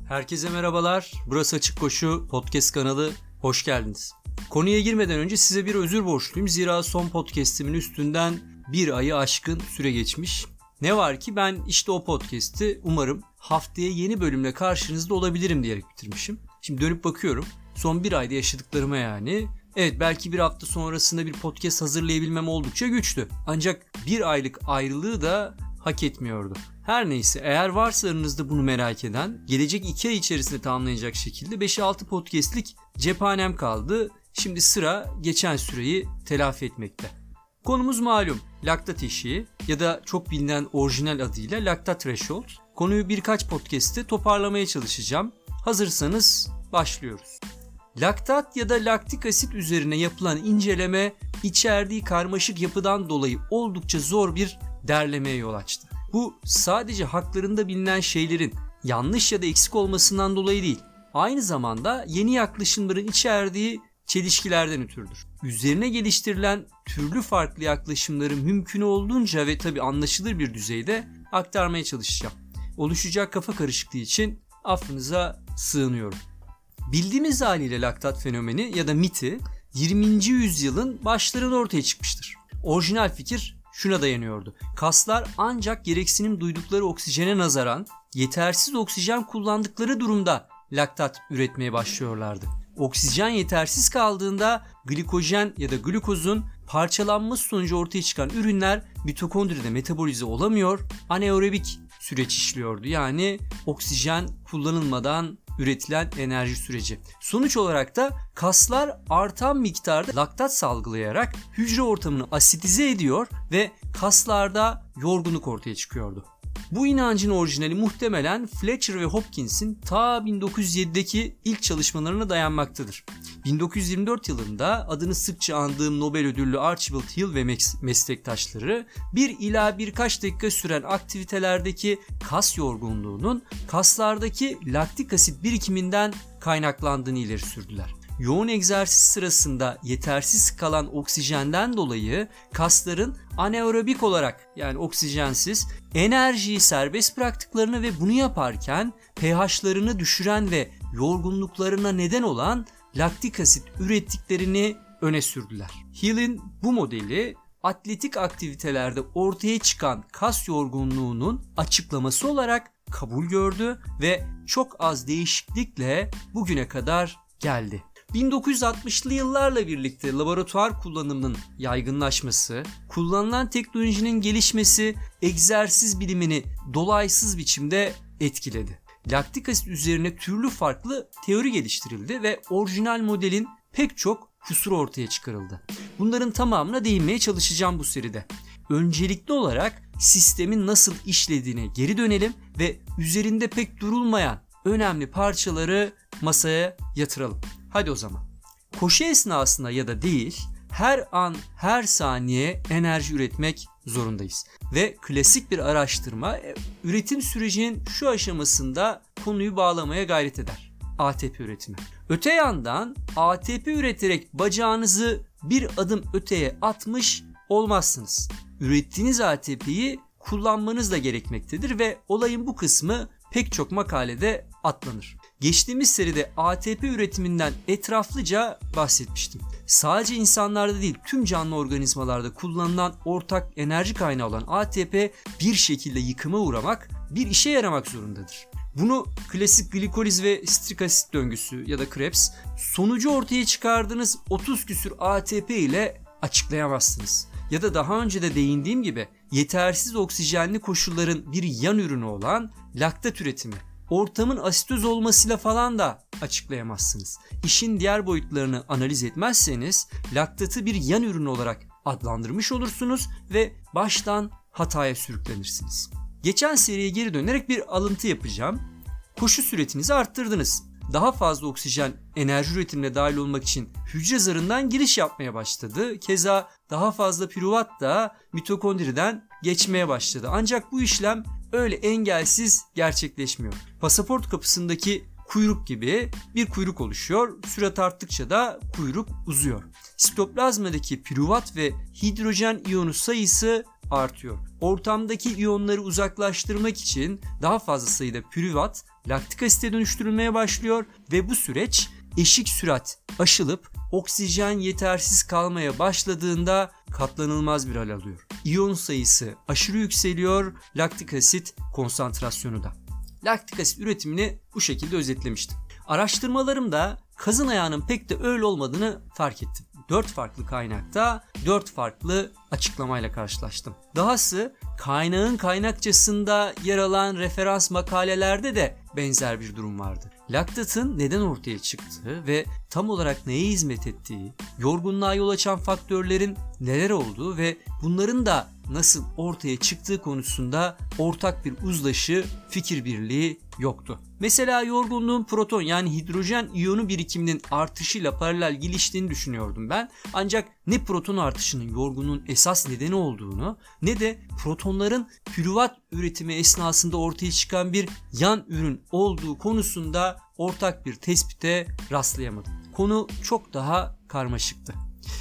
Herkese merhabalar. Burası Açık Koşu Podcast kanalı. Hoş geldiniz. Konuya girmeden önce size bir özür borçluyum. Zira son podcast'imin üstünden bir ayı aşkın süre geçmiş. Ne var ki ben işte o podcast'i umarım haftaya yeni bölümle karşınızda olabilirim diyerek bitirmişim. Şimdi dönüp bakıyorum. Son bir ayda yaşadıklarıma yani. Evet, belki bir hafta sonrasında bir podcast hazırlayabilmem oldukça güçtü. Ancak bir aylık ayrılığı da hak etmiyordu. Her neyse, eğer varsa aranızda bunu merak eden, gelecek 2 ay içerisinde tamamlanacak şekilde 5-6 podcastlik cephanem kaldı. Şimdi sıra geçen süreyi telafi etmekte. Konumuz malum, laktat eşiği ya da çok bilinen orijinal adıyla laktat threshold. Konuyu birkaç podcast'te toparlamaya çalışacağım. Hazırsanız başlıyoruz. Laktat ya da laktik asit üzerine yapılan inceleme içerdiği karmaşık yapıdan dolayı oldukça zor bir derlemeye yol açtı. Bu sadece haklarında bilinen şeylerin yanlış ya da eksik olmasından dolayı değil, aynı zamanda yeni yaklaşımların içerdiği çelişkilerden ötürüdür. Üzerine geliştirilen türlü farklı yaklaşımları mümkün olduğunca ve tabii anlaşılır bir düzeyde aktarmaya çalışacağım. Oluşacak kafa karışıklığı için affınıza sığınıyorum. Bildiğimiz haliyle laktat fenomeni ya da miti 20. yüzyılın başlarında ortaya çıkmıştır. Orijinal fikir şuna dayanıyordu. Kaslar ancak gereksinim duydukları oksijene nazaran yetersiz oksijen kullandıkları durumda laktat üretmeye başlıyorlardı. Oksijen yetersiz kaldığında glikojen ya da glukozun parçalanması sonucu ortaya çıkan ürünler mitokondride metabolize olamıyor, anaerobik süreç işliyordu. Yani oksijen kullanılmadan üretilen enerji süreci. Sonuç olarak da kaslar artan miktarda laktat salgılayarak hücre ortamını asitize ediyor ve kaslarda yorgunluk ortaya çıkıyordu. Bu inancın orijinali muhtemelen Fletcher ve Hopkins'in ta 1907'deki ilk çalışmalarına dayanmaktadır. 1924 yılında adını sıkça andığım Nobel ödüllü Archibald Hill ve meslektaşları bir ila birkaç dakika süren aktivitelerdeki kas yorgunluğunun kaslardaki laktik asit birikiminden kaynaklandığını ileri sürdüler. Yoğun egzersiz sırasında yetersiz kalan oksijenden dolayı kasların anaerobik olarak, yani oksijensiz, enerjiyi serbest bıraktıklarını ve bunu yaparken pH'larını düşüren ve yorgunluklarına neden olan laktik asit ürettiklerini öne sürdüler. Hill'in bu modeli atletik aktivitelerde ortaya çıkan kas yorgunluğunun açıklaması olarak kabul gördü ve çok az değişiklikle bugüne kadar geldi. 1960'lı yıllarla birlikte laboratuvar kullanımının yaygınlaşması, kullanılan teknolojinin gelişmesi egzersiz bilimini dolaysız biçimde etkiledi. Laktik asit üzerine türlü farklı teori geliştirildi ve orijinal modelin pek çok kusuru ortaya çıkarıldı. Bunların tamamına değinmeye çalışacağım bu seride. Öncelikli olarak sistemin nasıl işlediğine geri dönelim ve üzerinde pek durulmayan önemli parçaları masaya yatıralım. Hadi o zaman. Koşu esnasında ya da değil, her an her saniye enerji üretmek zorundayız. Ve klasik bir araştırma üretim sürecinin şu aşamasında konuyu bağlamaya gayret eder. ATP üretimi. Öte yandan ATP üreterek bacağınızı bir adım öteye atmış olmazsınız. Ürettiğiniz ATP'yi kullanmanız da gerekmektedir ve olayın bu kısmı pek çok makalede atlanır. Geçtiğimiz seride ATP üretiminden etraflıca bahsetmiştim. Sadece insanlarda değil, tüm canlı organizmalarda kullanılan ortak enerji kaynağı olan ATP bir şekilde yıkıma uğramak, bir işe yaramak zorundadır. Bunu klasik glikoliz ve sitrik asit döngüsü ya da Krebs sonucu ortaya çıkardığınız 30 küsür ATP ile açıklayamazsınız. Ya da daha önce de değindiğim gibi yetersiz oksijenli koşulların bir yan ürünü olan laktat üretimi, ortamın asitöz olmasıyla falan da açıklayamazsınız. İşin diğer boyutlarını analiz etmezseniz laktatı bir yan ürün olarak adlandırmış olursunuz ve baştan hataya sürüklenirsiniz. Geçen seriye geri dönerek bir alıntı yapacağım. Koşu süretinizi arttırdınız. Daha fazla oksijen enerji üretimine dahil olmak için hücre zarından giriş yapmaya başladı. Keza daha fazla piruvat da mitokondriden geçmeye başladı. Ancak bu işlem öyle engelsiz gerçekleşmiyor. Pasaport kapısındaki kuyruk gibi bir kuyruk oluşuyor. Sürat arttıkça da kuyruk uzuyor. Sitoplazmadaki piruvat ve hidrojen iyonu sayısı artıyor. Ortamdaki iyonları uzaklaştırmak için daha fazla sayıda pürüvat laktik asite dönüştürülmeye başlıyor ve bu süreç eşik sürat aşılıp oksijen yetersiz kalmaya başladığında katlanılmaz bir hal alıyor. İyon sayısı aşırı yükseliyor, laktik asit konsantrasyonu da. Laktik asit üretimini bu şekilde özetlemiştim. Araştırmalarımda kazın ayağının pek de öyle olmadığını fark ettim. 4 farklı kaynakta 4 farklı açıklamayla karşılaştım. Dahası kaynağın kaynakçasında yer alan referans makalelerde de benzer bir durum vardı. Laktatın neden ortaya çıktığı ve tam olarak neye hizmet ettiği, yorgunluğa yol açan faktörlerin neler olduğu ve bunların da nasıl ortaya çıktığı konusunda ortak bir uzlaşı, fikir birliği yoktu. Mesela yorgunluğun proton yani hidrojen iyonu birikiminin artışıyla paralel geliştiğini düşünüyordum ben. Ancak ne proton artışının yorgunluğun esas nedeni olduğunu ne de protonların pürüvat üretimi esnasında ortaya çıkan bir yan ürün olduğu konusunda ortak bir tespite rastlayamadım. Konu çok daha karmaşıktı.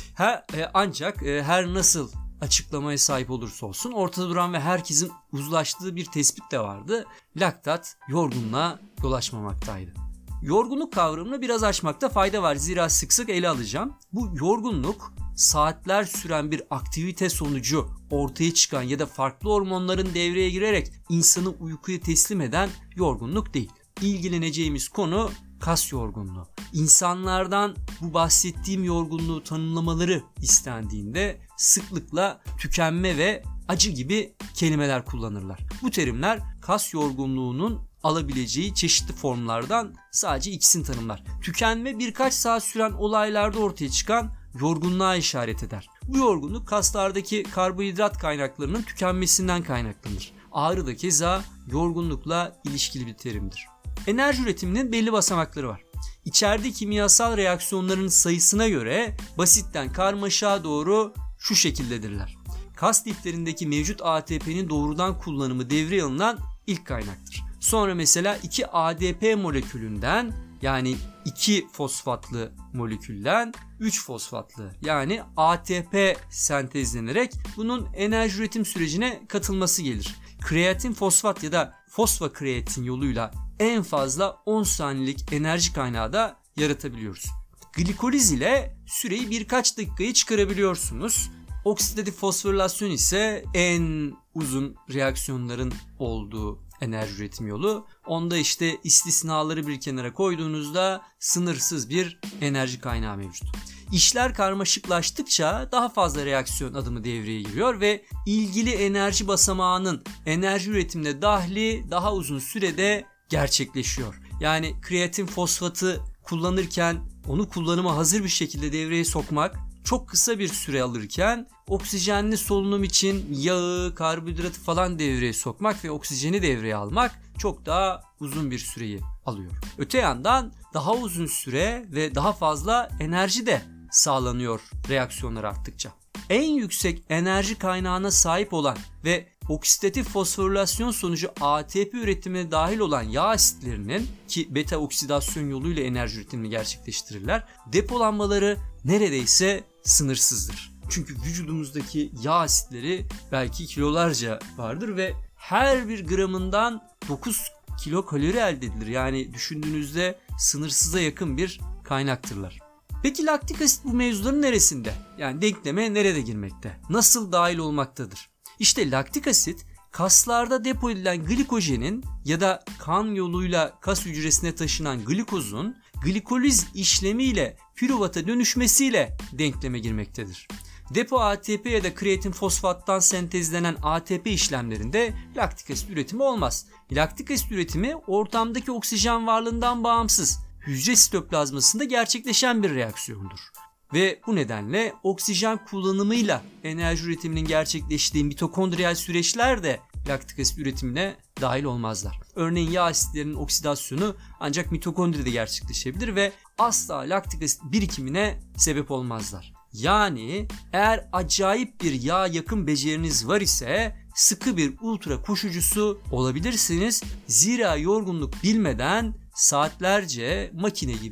Ancak her nasıl açıklamaya sahip olursa olsun ortada duran ve herkesin uzlaştığı bir tespit de vardı. Laktat yorgunluğa yol açmamaktaydı. Yorgunluk kavramını biraz açmakta fayda var. Zira sık sık ele alacağım. Bu yorgunluk saatler süren bir aktivite sonucu ortaya çıkan ya da farklı hormonların devreye girerek insanı uykuya teslim eden yorgunluk değil. İlgileneceğimiz konu kas yorgunluğu. İnsanlardan bu bahsettiğim yorgunluğu tanımlamaları istendiğinde sıklıkla tükenme ve acı gibi kelimeler kullanırlar. Bu terimler kas yorgunluğunun alabileceği çeşitli formlardan sadece ikisini tanımlar. Tükenme birkaç saat süren olaylarda ortaya çıkan yorgunluğa işaret eder. Bu yorgunluk kaslardaki karbonhidrat kaynaklarının tükenmesinden kaynaklanır. Ağrı da keza yorgunlukla ilişkili bir terimdir. Enerji üretiminin belli basamakları var. İçeride kimyasal reaksiyonların sayısına göre basitten karmaşığa doğru şu şekildedirler. Kas liflerindeki mevcut ATP'nin doğrudan kullanımı devreye alınan ilk kaynaktır. Sonra mesela 2 ADP molekülünden yani 2 fosfatlı molekülden 3 fosfatlı yani ATP sentezlenerek bunun enerji üretim sürecine katılması gelir. Kreatin fosfat ya da fosfokreatin yoluyla en fazla 10 saniyelik enerji kaynağı da yaratabiliyoruz. Glikoliz ile süreyi birkaç dakikayı çıkarabiliyorsunuz. Oksidatif fosforilasyon ise en uzun reaksiyonların olduğu enerji üretim yolu. Onda işte istisnaları bir kenara koyduğunuzda sınırsız bir enerji kaynağı mevcut. İşler karmaşıklaştıkça daha fazla reaksiyon adımı devreye giriyor ve ilgili enerji basamağının enerji üretimine dahli daha uzun sürede gerçekleşiyor. Yani kreatin fosfatı kullanırken onu kullanıma hazır bir şekilde devreye sokmak çok kısa bir süre alırken oksijenli solunum için yağı, karbonhidratı falan devreye sokmak ve oksijeni devreye almak çok daha uzun bir süreyi alıyor. Öte yandan daha uzun süre ve daha fazla enerji de sağlanıyor reaksiyonlar arttıkça. En yüksek enerji kaynağına sahip olan ve oksidatif fosforilasyon sonucu ATP üretimine dahil olan yağ asitlerinin ki beta oksidasyon yoluyla enerji üretimini gerçekleştirirler, depolanmaları neredeyse sınırsızdır. Çünkü vücudumuzdaki yağ asitleri belki kilolarca vardır ve her bir gramından 9 kilokalori elde edilir. Yani düşündüğünüzde sınırsıza yakın bir kaynaktırlar. Peki laktik asit bu mevzuların neresinde? Yani denkleme nerede girmekte? Nasıl dahil olmaktadır? İşte laktik asit kaslarda depo edilen glikojenin ya da kan yoluyla kas hücresine taşınan glikozun glikoliz işlemiyle pürüvata dönüşmesiyle denkleme girmektedir. Depo ATP ya da kreatin fosfattan sentezlenen ATP işlemlerinde laktik asit üretimi olmaz. Laktik asit üretimi ortamdaki oksijen varlığından bağımsız hücre sitoplazmasında gerçekleşen bir reaksiyondur. Ve bu nedenle oksijen kullanımıyla enerji üretiminin gerçekleştiği mitokondriyal süreçler de laktik asit üretimine dahil olmazlar. Örneğin yağ asitlerinin oksidasyonu ancak mitokondride gerçekleşebilir ve asla laktik asit birikimine sebep olmazlar. Yani eğer acayip bir yağ yakım beceriniz var ise sıkı bir ultra koşucusu olabilirsiniz. Zira yorgunluk bilmeden saatlerce makine gibi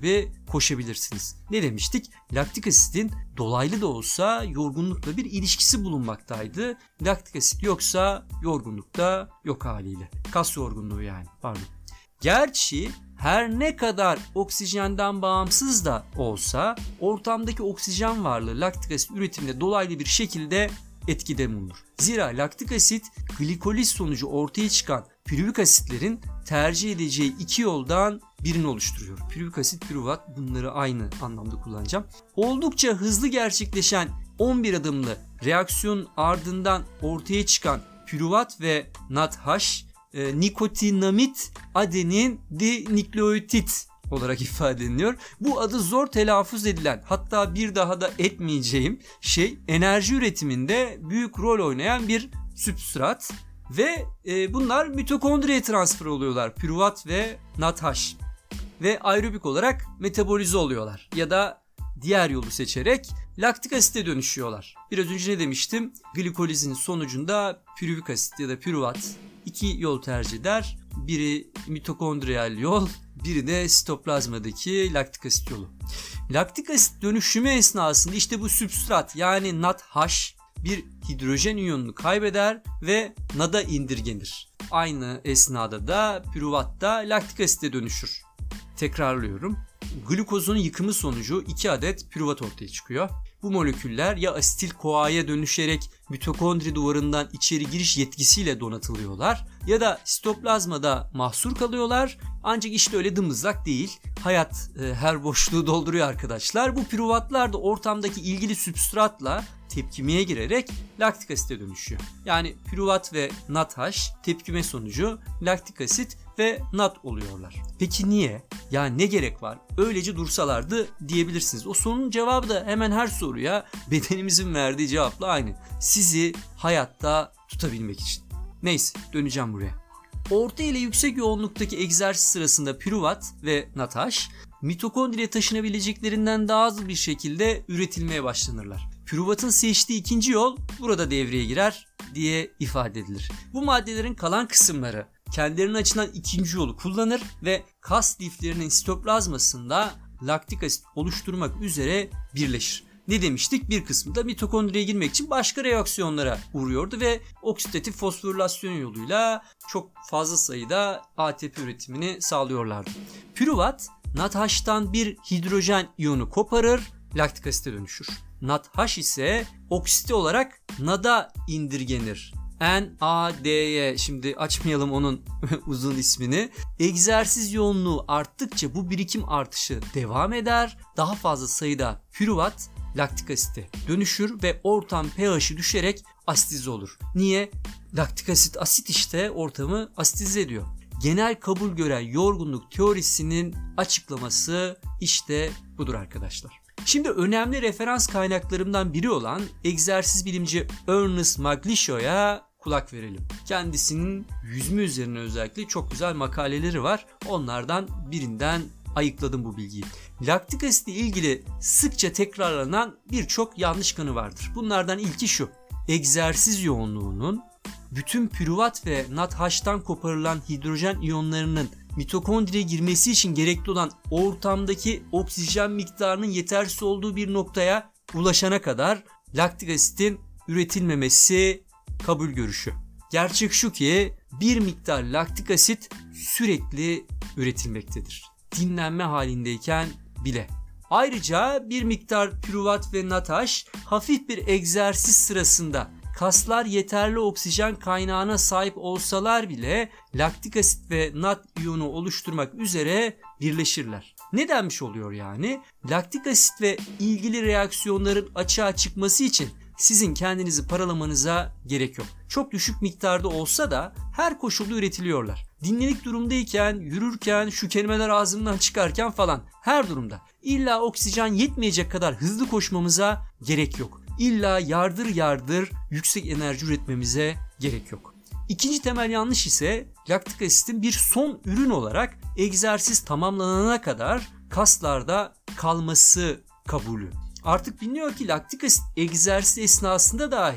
koşabilirsiniz. Ne demiştik? Laktik asitin dolaylı da olsa yorgunlukla bir ilişkisi bulunmaktaydı. Laktik asit yoksa yorgunluk da yok haliyle. Kas yorgunluğu yani, pardon. Gerçi her ne kadar oksijenden bağımsız da olsa ortamdaki oksijen varlığı laktik asit üretiminde dolaylı bir şekilde etkide bulunur. Zira laktik asit glikoliz sonucu ortaya çıkan pürüvik asitlerin tercih edeceği iki yoldan birini oluşturuyor. Pürüvik asit, pürüvat, bunları aynı anlamda kullanacağım. Oldukça hızlı gerçekleşen 11 adımlı reaksiyon ardından ortaya çıkan pürüvat ve NADH nikotinamit adenin dinükleotit olarak ifade ediliyor. Bu adı zor telaffuz edilen, hatta bir daha da etmeyeceğim enerji üretiminde büyük rol oynayan bir substrat ve bunlar mitokondriye transfer oluyorlar. Pürüvat ve NADH ve aerobik olarak metabolize oluyorlar ya da diğer yolu seçerek laktik asite dönüşüyorlar. Biraz önce ne demiştim? Glikolizin sonucunda pürüvik asit ya da pürüvat iki yol tercih eder. Biri mitokondriyal yol, biri de sitoplazmadaki laktik asit yolu. Laktik asit dönüşümü esnasında işte bu substrat yani NADH bir hidrojen iyonunu kaybeder ve NAD'a indirgenir. Aynı esnada da pürüvat da laktik asite dönüşür. Tekrarlıyorum. Glukozun yıkımı sonucu 2 adet pürüvat ortaya çıkıyor. Bu moleküller ya asetil CoA'ya dönüşerek mitokondri duvarından içeri giriş yetkisiyle donatılıyorlar ya da sitoplazmada mahsur kalıyorlar. Ancak işte öyle dımdızlak değil. Hayat her boşluğu dolduruyor arkadaşlar. Bu pürüvatlar da ortamdaki ilgili substratla tepkimeye girerek laktik asite dönüşüyor. Yani pürüvat ve NADH tepkime sonucu laktik asit ve NAD oluyorlar. Peki niye? Ya ne gerek var? Öylece dursalardı diyebilirsiniz. O sorunun cevabı da hemen her soruya bedenimizin verdiği cevapla aynı. Sizi hayatta tutabilmek için. Neyse, döneceğim buraya. Orta ile yüksek yoğunluktaki egzersiz sırasında pürüvat ve NADH mitokondriye taşınabileceklerinden daha hızlı bir şekilde üretilmeye başlanırlar. Pürüvatın seçtiği ikinci yol burada devreye girer diye ifade edilir. Bu maddelerin kalan kısımları kendilerine açılan ikinci yolu kullanır ve kas liflerinin sitoplazmasında laktik asit oluşturmak üzere birleşir. Ne demiştik? Bir kısmı da mitokondriye girmek için başka reaksiyonlara uğruyordu ve oksidatif fosforilasyon yoluyla çok fazla sayıda ATP üretimini sağlıyorlardı. Pürüvat NADH'tan bir hidrojen iyonu koparır, laktik asite dönüşür. NADH ise oksite olarak NAD'a indirgenir. NAD'ye, şimdi açmayalım onun uzun ismini. Egzersiz yoğunluğu arttıkça bu birikim artışı devam eder. Daha fazla sayıda pürüvat laktik asite dönüşür ve ortam pH'i düşerek asitize olur. Niye? Laktik asit işte ortamı asitize ediyor. Genel kabul gören yorgunluk teorisinin açıklaması işte budur arkadaşlar. Şimdi önemli referans kaynaklarımdan biri olan egzersiz bilimci Ernest Maglio'ya kulak verelim. Kendisinin yüzme üzerine özellikle çok güzel makaleleri var. Onlardan birinden ayıkladım bu bilgiyi. Laktik asitle ilgili sıkça tekrarlanan birçok yanlış kanı vardır. Bunlardan ilki şu: egzersiz yoğunluğunun bütün pürüvat ve NADH'tan koparılan hidrojen iyonlarının mitokondriye girmesi için gerekli olan ortamdaki oksijen miktarının yetersiz olduğu bir noktaya ulaşana kadar laktik asitin üretilmemesi kabul görüşü. Gerçek şu ki bir miktar laktik asit sürekli üretilmektedir. Dinlenme halindeyken bile. Ayrıca bir miktar pürüvat ve NADH hafif bir egzersiz sırasında kaslar yeterli oksijen kaynağına sahip olsalar bile laktik asit ve NAD iyonu oluşturmak üzere birleşirler. Ne denmiş oluyor yani? Laktik asit ve ilgili reaksiyonların açığa çıkması için sizin kendinizi paralamanıza gerek yok. Çok düşük miktarda olsa da her koşulda üretiliyorlar. Dinlenik durumdayken, yürürken, şu kelimeler ağzımdan çıkarken falan her durumda. İlla oksijen yetmeyecek kadar hızlı koşmamıza gerek yok. İlla yardır yardır yüksek enerji üretmemize gerek yok. İkinci temel yanlış ise laktik asitin bir son ürün olarak egzersiz tamamlanana kadar kaslarda kalması kabulü. Artık biliniyor ki laktik asit egzersiz esnasında dahi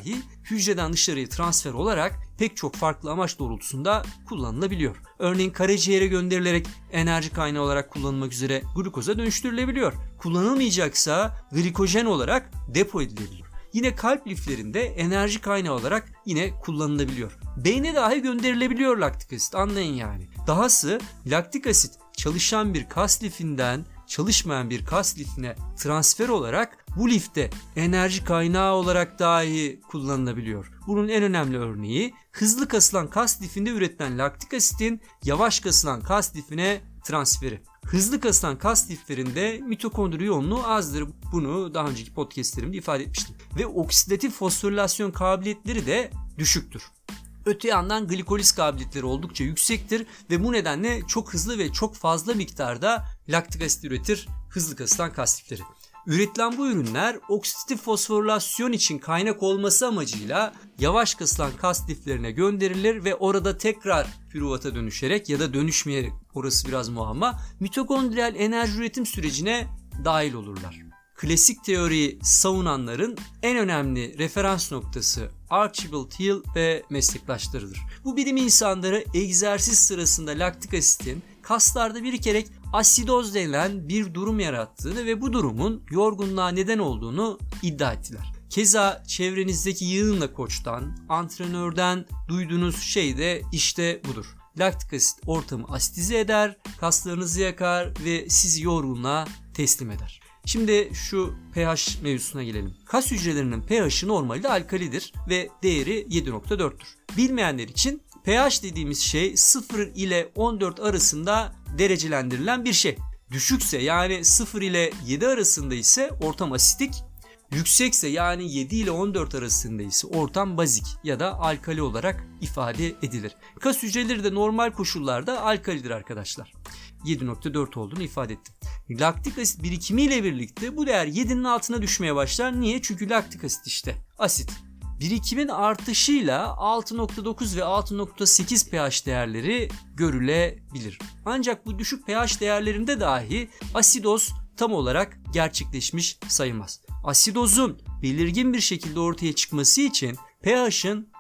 hücreden dışarıya transfer olarak pek çok farklı amaç doğrultusunda kullanılabiliyor. Örneğin karaciğere gönderilerek enerji kaynağı olarak kullanılmak üzere glukoza dönüştürülebiliyor. Kullanılmayacaksa glikojen olarak depo edilebiliyor. Yine kalp liflerinde enerji kaynağı olarak yine kullanılabiliyor. Beyne dahi gönderilebiliyor laktik asit, anlayın yani. Dahası laktik asit çalışan bir kas lifinden çalışmayan bir kas lifine transfer olarak bu lifte enerji kaynağı olarak dahi kullanılabiliyor. Bunun en önemli örneği hızlı kasılan kas lifinde üretilen laktik asitin yavaş kasılan kas lifine transferi. Hızlı kasılan kas liflerinde mitokondri yoğunluğu azdır. Bunu daha önceki podcastlerimde ifade etmiştim. Ve oksidatif fosforilasyon kabiliyetleri de düşüktür. Öte yandan glikoliz kabiliyetleri oldukça yüksektir ve bu nedenle çok hızlı ve çok fazla miktarda laktik asit üretir hızlı kasılan kas lifleri. Üretilen bu ürünler oksidatif fosforilasyon için kaynak olması amacıyla yavaş kasılan kas liflerine gönderilir ve orada tekrar püruvata dönüşerek ya da dönüşmeyerek, orası biraz muamma, mitokondriyal enerji üretim sürecine dahil olurlar. Klasik teoriyi savunanların en önemli referans noktası Archibald Hill ve meslektaşlarıdır. Bu bilim insanları egzersiz sırasında laktik asitin kaslarda birikerek asidoz denilen bir durum yarattığını ve bu durumun yorgunluğa neden olduğunu iddia ettiler. Keza çevrenizdeki yığınla koçtan, antrenörden duyduğunuz şey de işte budur. Laktik asit ortamı asitize eder, kaslarınızı yakar ve sizi yorgunluğa teslim eder. Şimdi şu pH mevzusuna gelelim. Kas hücrelerinin pH'i normalde alkalidir ve değeri 7.4'tür. Bilmeyenler için pH dediğimiz şey 0 ile 14 arasında derecelendirilen bir şey. Düşükse yani 0 ile 7 arasında ise ortam asitik, yüksekse yani 7 ile 14 arasında ise ortam bazik ya da alkali olarak ifade edilir. Kas hücreleri de normal koşullarda alkalidir arkadaşlar. 7.4 olduğunu ifade ettim. Laktik asit birikimiyle birlikte bu değer 7'nin altına düşmeye başlar. Niye? Çünkü laktik asit işte asit. Birikimin artışıyla 6.9 ve 6.8 pH değerleri görülebilir. Ancak bu düşük pH değerlerinde dahi asidoz tam olarak gerçekleşmiş sayılmaz. Asidozun belirgin bir şekilde ortaya çıkması için pH'ın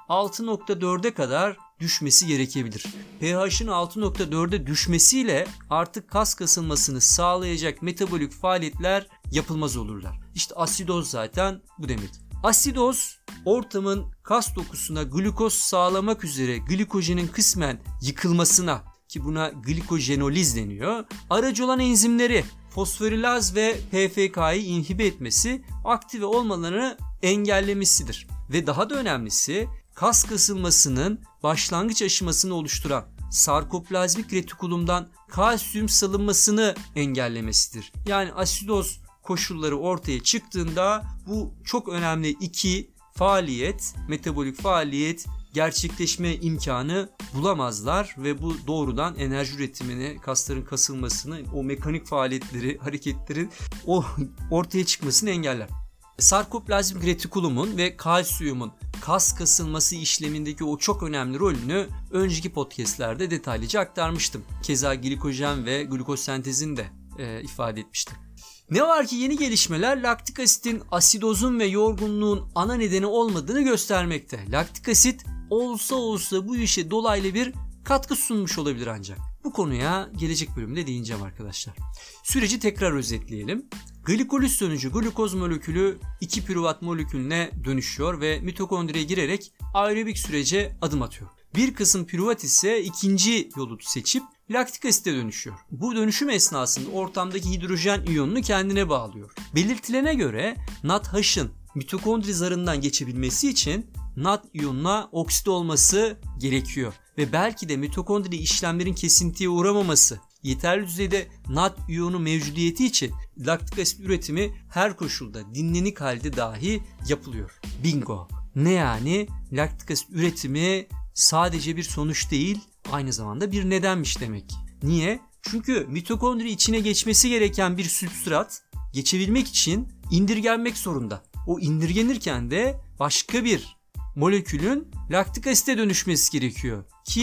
6.4'e kadar düşmesi gerekebilir. pH'ın 6.4'e düşmesiyle artık kas kasılmasını sağlayacak metabolik faaliyetler yapılmaz olurlar. İşte asidoz zaten bu demek. Asidoz ortamın kas dokusuna glukoz sağlamak üzere glikojenin kısmen yıkılmasına, ki buna glikojenoliz deniyor, aracı olan enzimleri fosforilaz ve PFK'yı inhibe etmesi, aktive olmalarını engellemesidir. Ve daha da önemlisi kas kasılmasının başlangıç aşamasını oluşturan sarkoplazmik retikulumdan kalsiyum salınmasını engellemesidir. Yani asidoz koşulları ortaya çıktığında bu çok önemli iki faaliyet, metabolik faaliyet gerçekleşme imkanı bulamazlar ve bu doğrudan enerji üretimini, kasların kasılmasını, o mekanik faaliyetleri, hareketlerin ortaya çıkmasını engeller. Sarkoplazmik retikulumun ve kalsiyumun kas kasılması işlemindeki o çok önemli rolünü önceki podcastlerde detaylıca aktarmıştım. Keza glikojen ve glukoz sentezini de ifade etmiştim. Ne var ki yeni gelişmeler laktik asitin asidozun ve yorgunluğun ana nedeni olmadığını göstermekte. Laktik asit olsa bu işe dolaylı bir katkı sunmuş olabilir ancak. Bu konuya gelecek bölümde değineceğim arkadaşlar. Süreci tekrar özetleyelim. Glikoliz sonucu glukoz molekülü 2 pürüvat molekülüne dönüşüyor ve mitokondriye girerek aerobik sürece adım atıyor. Bir kısım pürüvat ise ikinci yolu seçip laktik asite dönüşüyor. Bu dönüşüm esnasında ortamdaki hidrojen iyonunu kendine bağlıyor. Belirtilene göre NADH'ın mitokondri zarından geçebilmesi için NAD iyonuna okside olması gerekiyor. Ve belki de mitokondri işlemlerin kesintiye uğramaması, yeterli düzeyde NAD iyonu mevcudiyeti için laktik asit üretimi her koşulda dinlenik halde dahi yapılıyor. Bingo! Ne yani? Laktik asit üretimi sadece bir sonuç değil, aynı zamanda bir nedenmiş demek. Niye? Çünkü mitokondri içine geçmesi gereken bir substrat geçebilmek için indirgenmek zorunda. O indirgenirken de başka bir molekülün laktik asite dönüşmesi gerekiyor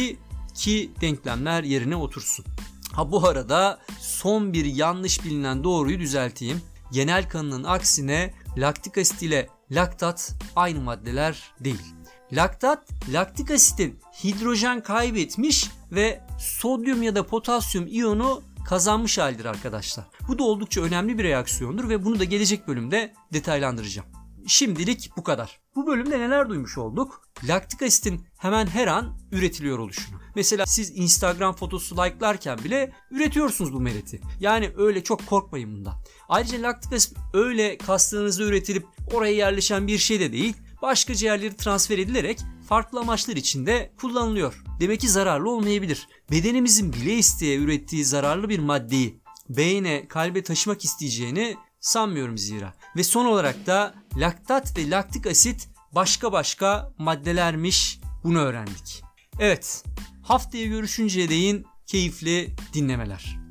ki denklemler yerine otursun. Bu arada son bir yanlış bilinen doğruyu düzelteyim. Genel kanının aksine laktik asit ile laktat aynı maddeler değil. Laktat, laktik asitin hidrojen kaybetmiş ve sodyum ya da potasyum iyonu kazanmış halidir arkadaşlar. Bu da oldukça önemli bir reaksiyondur ve bunu da gelecek bölümde detaylandıracağım. Şimdilik bu kadar. Bu bölümde neler duymuş olduk? Laktik asitin hemen her an üretiliyor oluşunu. Mesela siz Instagram fotosu like'larken bile üretiyorsunuz bu meleti. Yani öyle çok korkmayın bundan. Ayrıca laktik asit öyle kaslarınızda üretilip oraya yerleşen bir şey de değil. Başka yerlere transfer edilerek farklı amaçlar için de kullanılıyor. Demek ki zararlı olmayabilir. Bedenimizin bile isteye ürettiği zararlı bir maddeyi beyne, kalbe taşımak isteyeceğini sanmıyorum zira. Ve son olarak da laktat ve laktik asit başka maddelermiş, bunu öğrendik. Evet, haftaya görüşünceye değin keyifli dinlemeler.